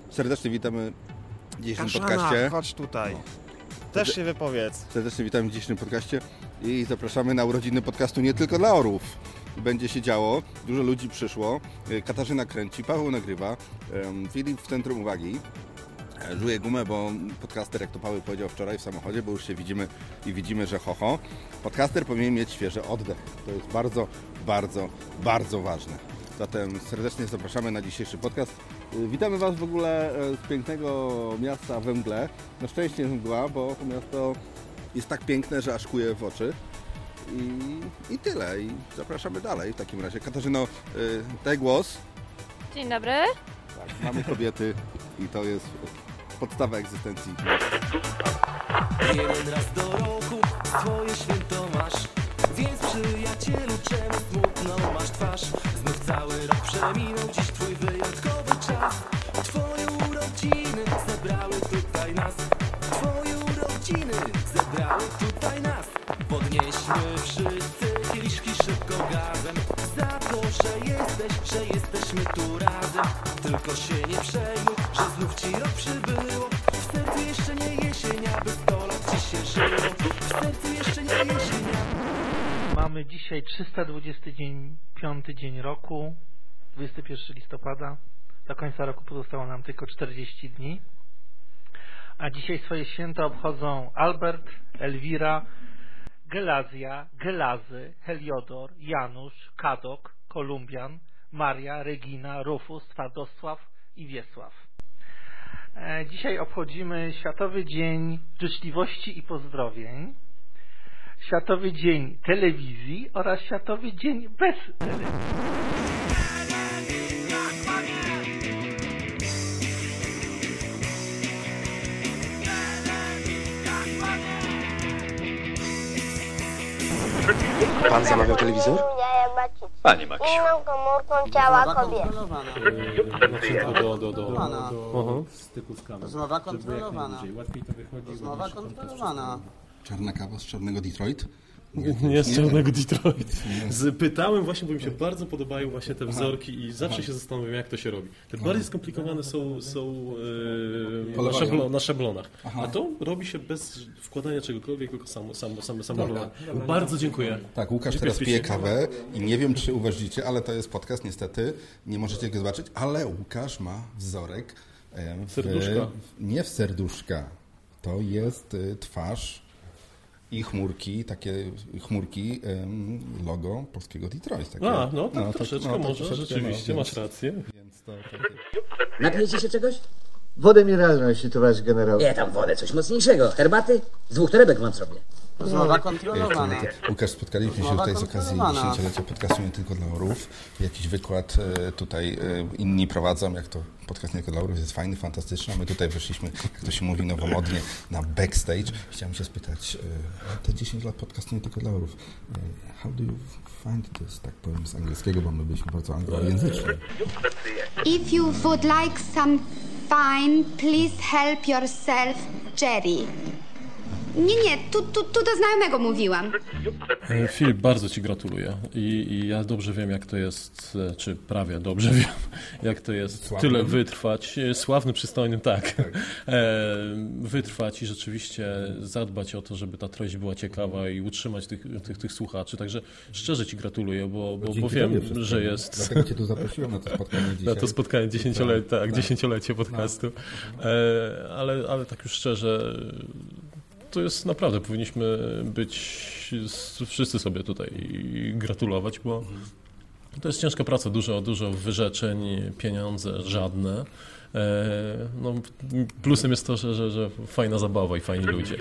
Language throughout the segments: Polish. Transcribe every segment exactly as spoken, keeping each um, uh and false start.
Serdecznie witamy w dzisiejszym Kaszana, podcaście. chodź tutaj. No. Też się wypowiedz. Serdecznie witamy w dzisiejszym podcaście i zapraszamy na urodziny podcastu Nie Tylko dla Orłów. Będzie się działo, dużo ludzi przyszło, Katarzyna kręci, Paweł nagrywa, Filip w centrum uwagi. Żuję gumę, bo podcaster, jak to Paweł powiedział wczoraj w samochodzie, bo już się widzimy i widzimy, że ho, ho. Podcaster powinien mieć świeży oddech. To jest bardzo, bardzo, bardzo ważne. Zatem serdecznie zapraszamy na dzisiejszy podcast. Witamy Was w ogóle z pięknego miasta we mgle. Na szczęście jest mgła, bo to miasto jest tak piękne, że aż kuje w oczy. I, i tyle. I zapraszamy dalej w takim razie. Katarzyno, daj głos. Dzień dobry. Tak, mamy kobiety i to jest podstawa egzystencji. Jeden raz do roku swoje święto masz, więc przyjacielu, czemu smutną masz twarz? Znów cały rok przeminął, dziś twój wyjątkowy czas. Twoje urodziny zebrały tutaj nas. Twoje urodziny zebrały tutaj nas. Podnieśmy wszyscy kieliszki szybko gazem, za to, że jesteś, że jesteśmy tu razem. Tylko się nie przejmuj, że znów ci rok przybyło. W sercu jeszcze nie jesień, aby sto lat ci się żyło. W sercu jeszcze nie jesień. Mamy dzisiaj trzysta dwudziesty piąty dzień roku, dwudziestego pierwszego listopada. Do końca roku pozostało nam tylko czterdzieści dni. A dzisiaj swoje święta obchodzą Albert, Elwira, Gelazja, Gelazy, Heliodor, Janusz, Kadok, Kolumbian, Maria, Regina, Rufus, Twadosław i Wiesław. E, dzisiaj obchodzimy Światowy Dzień Życzliwości i Pozdrowień, Światowy Dzień Telewizji oraz Światowy Dzień bez telewizji. Pan zamawiał telewizor? Panie Maksiu. Inną komórką ciała kobiety. Do, do, do. Uh-huh. Styku z kamerą. Rozmowa kontrolowana. Łatwiej to wychodzi. Rozmowa kontrolowana. Czarna kawa z czarnego Detroit? Nie z czarnego Detroit. Pytałem właśnie, bo mi się bardzo podobają właśnie te wzorki i zawsze się zastanawiam, jak to się robi. Te bardziej skomplikowane są, są e, na, szablo, na szablonach. A to robi się bez wkładania czegokolwiek, tylko samo, samo, same szablony. Bardzo dziękuję. Tak, Łukasz Dziękuję teraz pije kawę i nie wiem, czy uważacie, ale to jest podcast, niestety, nie możecie go zobaczyć, ale Łukasz ma wzorek w, Serduszka. nie w serduszka. To jest twarz i chmurki, takie chmurki, logo polskiego Detroit. Takie, A, no tak no, troszeczkę no, może, troszeczkę, rzeczywiście, no, masz rację. Więc to, to... Napijecie się czegoś? Wodę mineralną, jeśli towarzysz generał. Nie, tam wodę, coś mocniejszego. Herbaty? Z dwóch torebek mam sobie. Rozmowa kontrolowana. Łukasz, spotkaliśmy się tutaj z okazji dziesięciolecia podcastu Nie Tylko dla Orłów. Jakiś wykład tutaj inni prowadzą, jak to podcast Nie Tylko dla Orłów jest fajny, fantastyczny. My tutaj wyszliśmy, jak to się mówi nowomodnie, na backstage. Chciałem się spytać, te dziesięć lat podcastu Nie Tylko dla Orłów, how do you find this? Tak powiem z angielskiego, bo my byliśmy bardzo anglojęzyczni. If you would like some fine, please help yourself, Jerry. Nie, nie, tu, tu, tu do znajomego mówiłam. Filip, bardzo Ci gratuluję I, i ja dobrze wiem, jak to jest, czy prawie dobrze wiem, jak to jest Sławnym. Tyle wytrwać, sławny, przystojnym, tak, tak. E, wytrwać i rzeczywiście zadbać o to, żeby ta treść była ciekawa i utrzymać tych, tych, tych słuchaczy, także szczerze Ci gratuluję, bo, bo, bo wiem, że jest... Dlatego Cię tu zaprosiłem na to spotkanie dzisiaj. Na to spotkanie dziesięciolecie, tak, tak. dziesięciolecie podcastu, e, ale, ale tak już szczerze... To jest naprawdę, powinniśmy być wszyscy sobie tutaj gratulować, bo to jest ciężka praca, dużo, dużo wyrzeczeń, pieniądze żadne. No, plusem jest to, że, że, że fajna zabawa i fajni ludzie.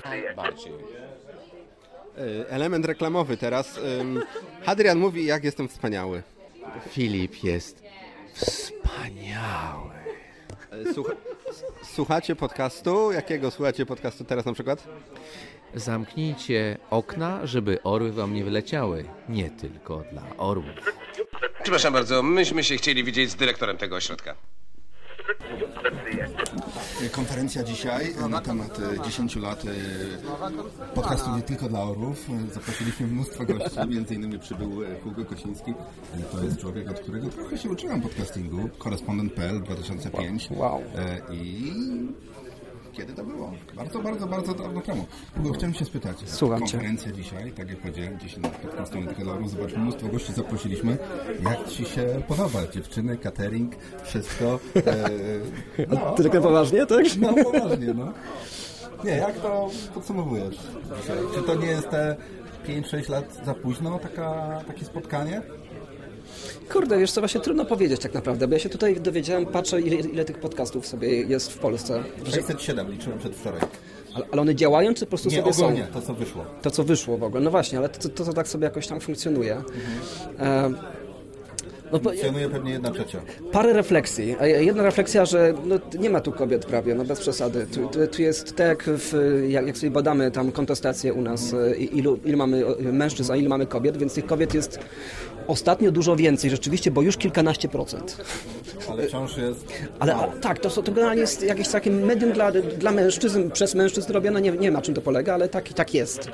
Element reklamowy teraz. Hadrian mówi, jak jestem wspaniały. Filip jest wspaniały. Słucha... Słuchacie podcastu? Jakiego słuchacie podcastu teraz na przykład? Zamknijcie okna, żeby orły wam nie wyleciały. Nie tylko dla orłów. Przepraszam bardzo, myśmy się chcieli widzieć z dyrektorem tego ośrodka. Konferencja dzisiaj na temat dziesięciu lat podcastu Nie Tylko dla Orłów. Zaprosiliśmy mnóstwo gości, między innymi przybył Hugo Kosiński. To jest człowiek, od którego trochę się uczyłem podcastingu. Korespondent kropka pe el dwa tysiące piąty. Wow. I kiedy to było? Bardzo, bardzo, bardzo dawno temu. Hugo, chciałem się spytać. Słucham Konferencja cię. dzisiaj, tak jak powiedziałem, dziesięć lat podcastu Nie Tylko dla Orłów. Zobaczmy, mnóstwo gości zaprosiliśmy. Jak ci się podoba? Dziewczyny, catering, wszystko. E, no, Tylko poważnie, tak? No, poważnie, no. Nie, jak to podsumowujesz dzisiaj? Czy to nie jest te pięć sześć lat za późno, taka, takie spotkanie? Kurde, wiesz co, właśnie trudno powiedzieć tak naprawdę, bo ja się tutaj dowiedziałem, patrzę ile, ile tych podcastów sobie jest w Polsce. sześćset siedem liczyłem przedwczoraj. Ale, ale one działają, czy po prostu nie, sobie są? Nie, to co wyszło. To co wyszło w ogóle, no właśnie, ale to, to, to tak sobie jakoś tam funkcjonuje. Mhm. E, No, funkcjonuje pewnie jedna trzecia. Parę refleksji. Jedna refleksja, że no, nie ma tu kobiet prawie, no bez przesady. Tu, tu, tu jest tak, w, jak, jak sobie badamy tam kontestację u nas, ilu, ilu mamy mężczyzn, a ilu mamy kobiet, więc tych kobiet jest ostatnio dużo więcej rzeczywiście, bo już kilkanaście procent. Ale wciąż jest... Ale a, tak, to, to generalnie jest jakieś takie medium dla, dla mężczyzn, przez mężczyzn robione, nie, nie ma czym to polega, ale tak, tak jest.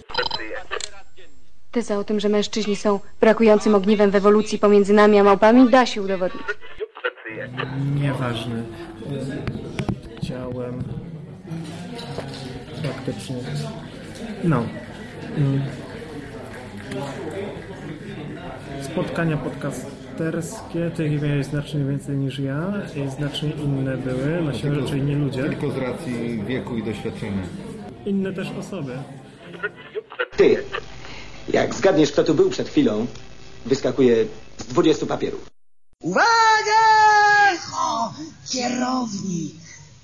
Teza o tym, że mężczyźni są brakującym ogniwem w ewolucji pomiędzy nami a małpami, da się udowodnić. Nieważne. Chciałem... Faktycznie. No. Spotkania podcasterskie, tych miałeś znacznie więcej niż ja i znacznie inne były, na siłę rzeczy inni ludzie. Tylko z racji wieku i doświadczenia. Inne też osoby. Ty! Jak zgadniesz, kto tu był przed chwilą, wyskakuje z dwudziestu papierów. Uwaga! O, kierownik!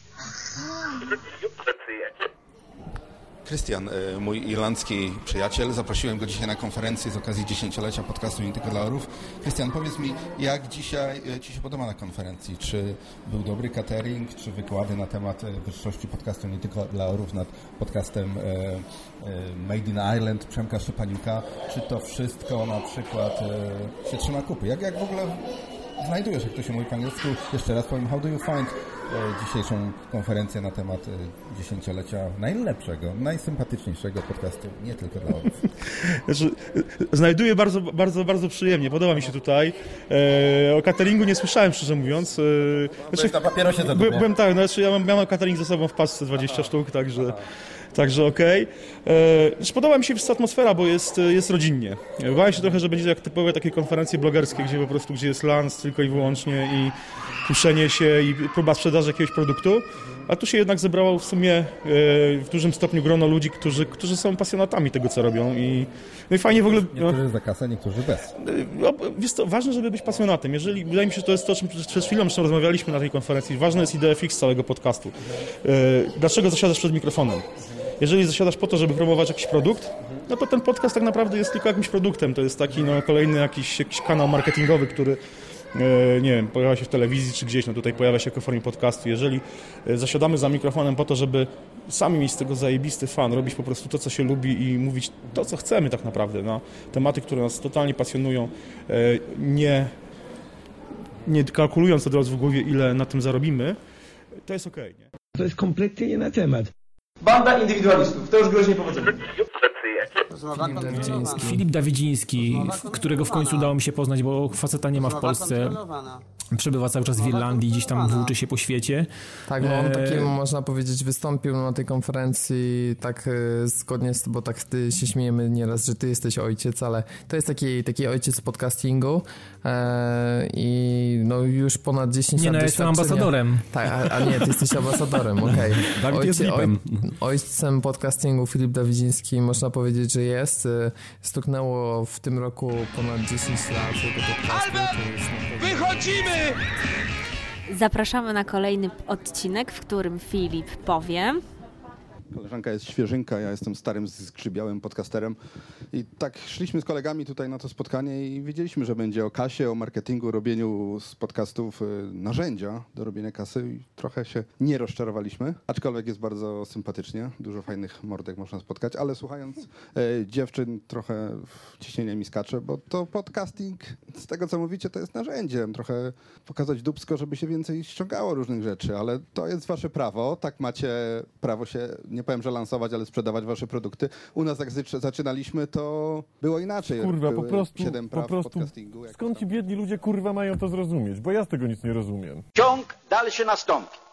Krystian, mój irlandzki przyjaciel, zaprosiłem go dzisiaj na konferencję z okazji dziesięciolecia podcastu Nie Tylko dla Orłów. Krystian, powiedz mi, jak dzisiaj Ci się podoba na konferencji? Czy był dobry catering, czy wykłady na temat wyższości podcastu Nie Tylko dla Orłów nad podcastem Made in Ireland Przemka Szczepaniuka? Czy to wszystko na przykład się trzyma kupy? Jak, jak w ogóle znajdujesz, jak to się mówi po angielsku? Jeszcze raz powiem, how do you find dzisiejszą konferencję na temat dziesięciolecia najlepszego, najsympatyczniejszego podcastu Nie Tylko dla Orłów? Znaczy, znajduję bardzo, bardzo, bardzo przyjemnie. Podoba mi się tutaj. E, o cateringu nie słyszałem, szczerze mówiąc. E, znaczy, na papierosie to by, byłem tak, znaczy ja mam, miałem catering ze sobą w paczce dwadzieścia sztuk, także... Także okej. Okay. Podoba mi się atmosfera, bo jest, jest rodzinnie. Bałem się trochę, że będzie jak typowe takie konferencje blogerskie, gdzie po prostu gdzie jest lans tylko i wyłącznie i puszczenie się i próba sprzedaży jakiegoś produktu. A tu się jednak zebrało w sumie w dużym stopniu grono ludzi, którzy, którzy są pasjonatami tego, co robią. I, no i fajnie w ogóle... Niektórzy no, za kasę, niektórzy bez. No, jest to ważne, żeby być pasjonatem. Jeżeli, wydaje mi się, że to jest to, o czym przed chwilą zresztą rozmawialiśmy na tej konferencji. Ważne jest idea fix całego podcastu. Dlaczego zasiadasz przed mikrofonem? Jeżeli zasiadasz po to, żeby promować jakiś produkt, no to ten podcast tak naprawdę jest tylko jakimś produktem. To jest taki no, kolejny jakiś, jakiś kanał marketingowy, który e, nie wiem, pojawia się w telewizji czy gdzieś, no tutaj pojawia się jako formie podcastu. Jeżeli zasiadamy za mikrofonem po to, żeby sami mieć z tego zajebisty fan, robić po prostu to, co się lubi i mówić to, co chcemy tak naprawdę, no, tematy, które nas totalnie pasjonują, e, nie, nie kalkulując od razu w głowie, ile na tym zarobimy, to jest okej. Okay, nie? To jest kompletnie nie na temat. Banda indywidualistów, to już groźnie powodzenie. Filip Dawidziński, którego w końcu udało mi się poznać, bo faceta nie ma w Polsce. Przebywa cały czas w Irlandii, gdzieś tam włóczy się po świecie. Tak, bo on takim, można powiedzieć, wystąpił na tej konferencji tak zgodnie z, bo tak ty się śmiejemy nieraz, że ty jesteś ojciec, ale to jest taki, taki ojciec podcastingu e, i no już ponad dziesięć nie, lat no, jestem ambasadorem. Tak, a, a nie, ty jesteś ambasadorem, okej. Okay. Ojcie, oj, ojcem podcastingu Filip Dawidziński, można powiedzieć, że jest. Stuknęło w tym roku ponad dziesięć lat tego podcastu. Wychodzimy! Zapraszamy na kolejny odcinek, w którym Filip powie... Koleżanka jest świeżynka, ja jestem starym, zgrzybiałym podcasterem i tak szliśmy z kolegami tutaj na to spotkanie i wiedzieliśmy, że będzie o kasie, o marketingu, robieniu z podcastów narzędzia do robienia kasy i trochę się nie rozczarowaliśmy, aczkolwiek jest bardzo sympatycznie, dużo fajnych mordek można spotkać, ale słuchając e, dziewczyn trochę ciśnienie mi skacze, bo to podcasting, z tego co mówicie, to jest narzędziem, trochę pokazać dupsko, żeby się więcej ściągało różnych rzeczy, ale to jest wasze prawo, tak macie prawo się, nie powiem, że lansować, ale sprzedawać wasze produkty. U nas jak zaczynaliśmy, to było inaczej. Kurwa, Były po prostu, siedem praw po prostu podcastingu. skąd ci biedni ludzie kurwa mają to zrozumieć? Bo ja z tego nic nie rozumiem. Ciąg dalszy nastąpi.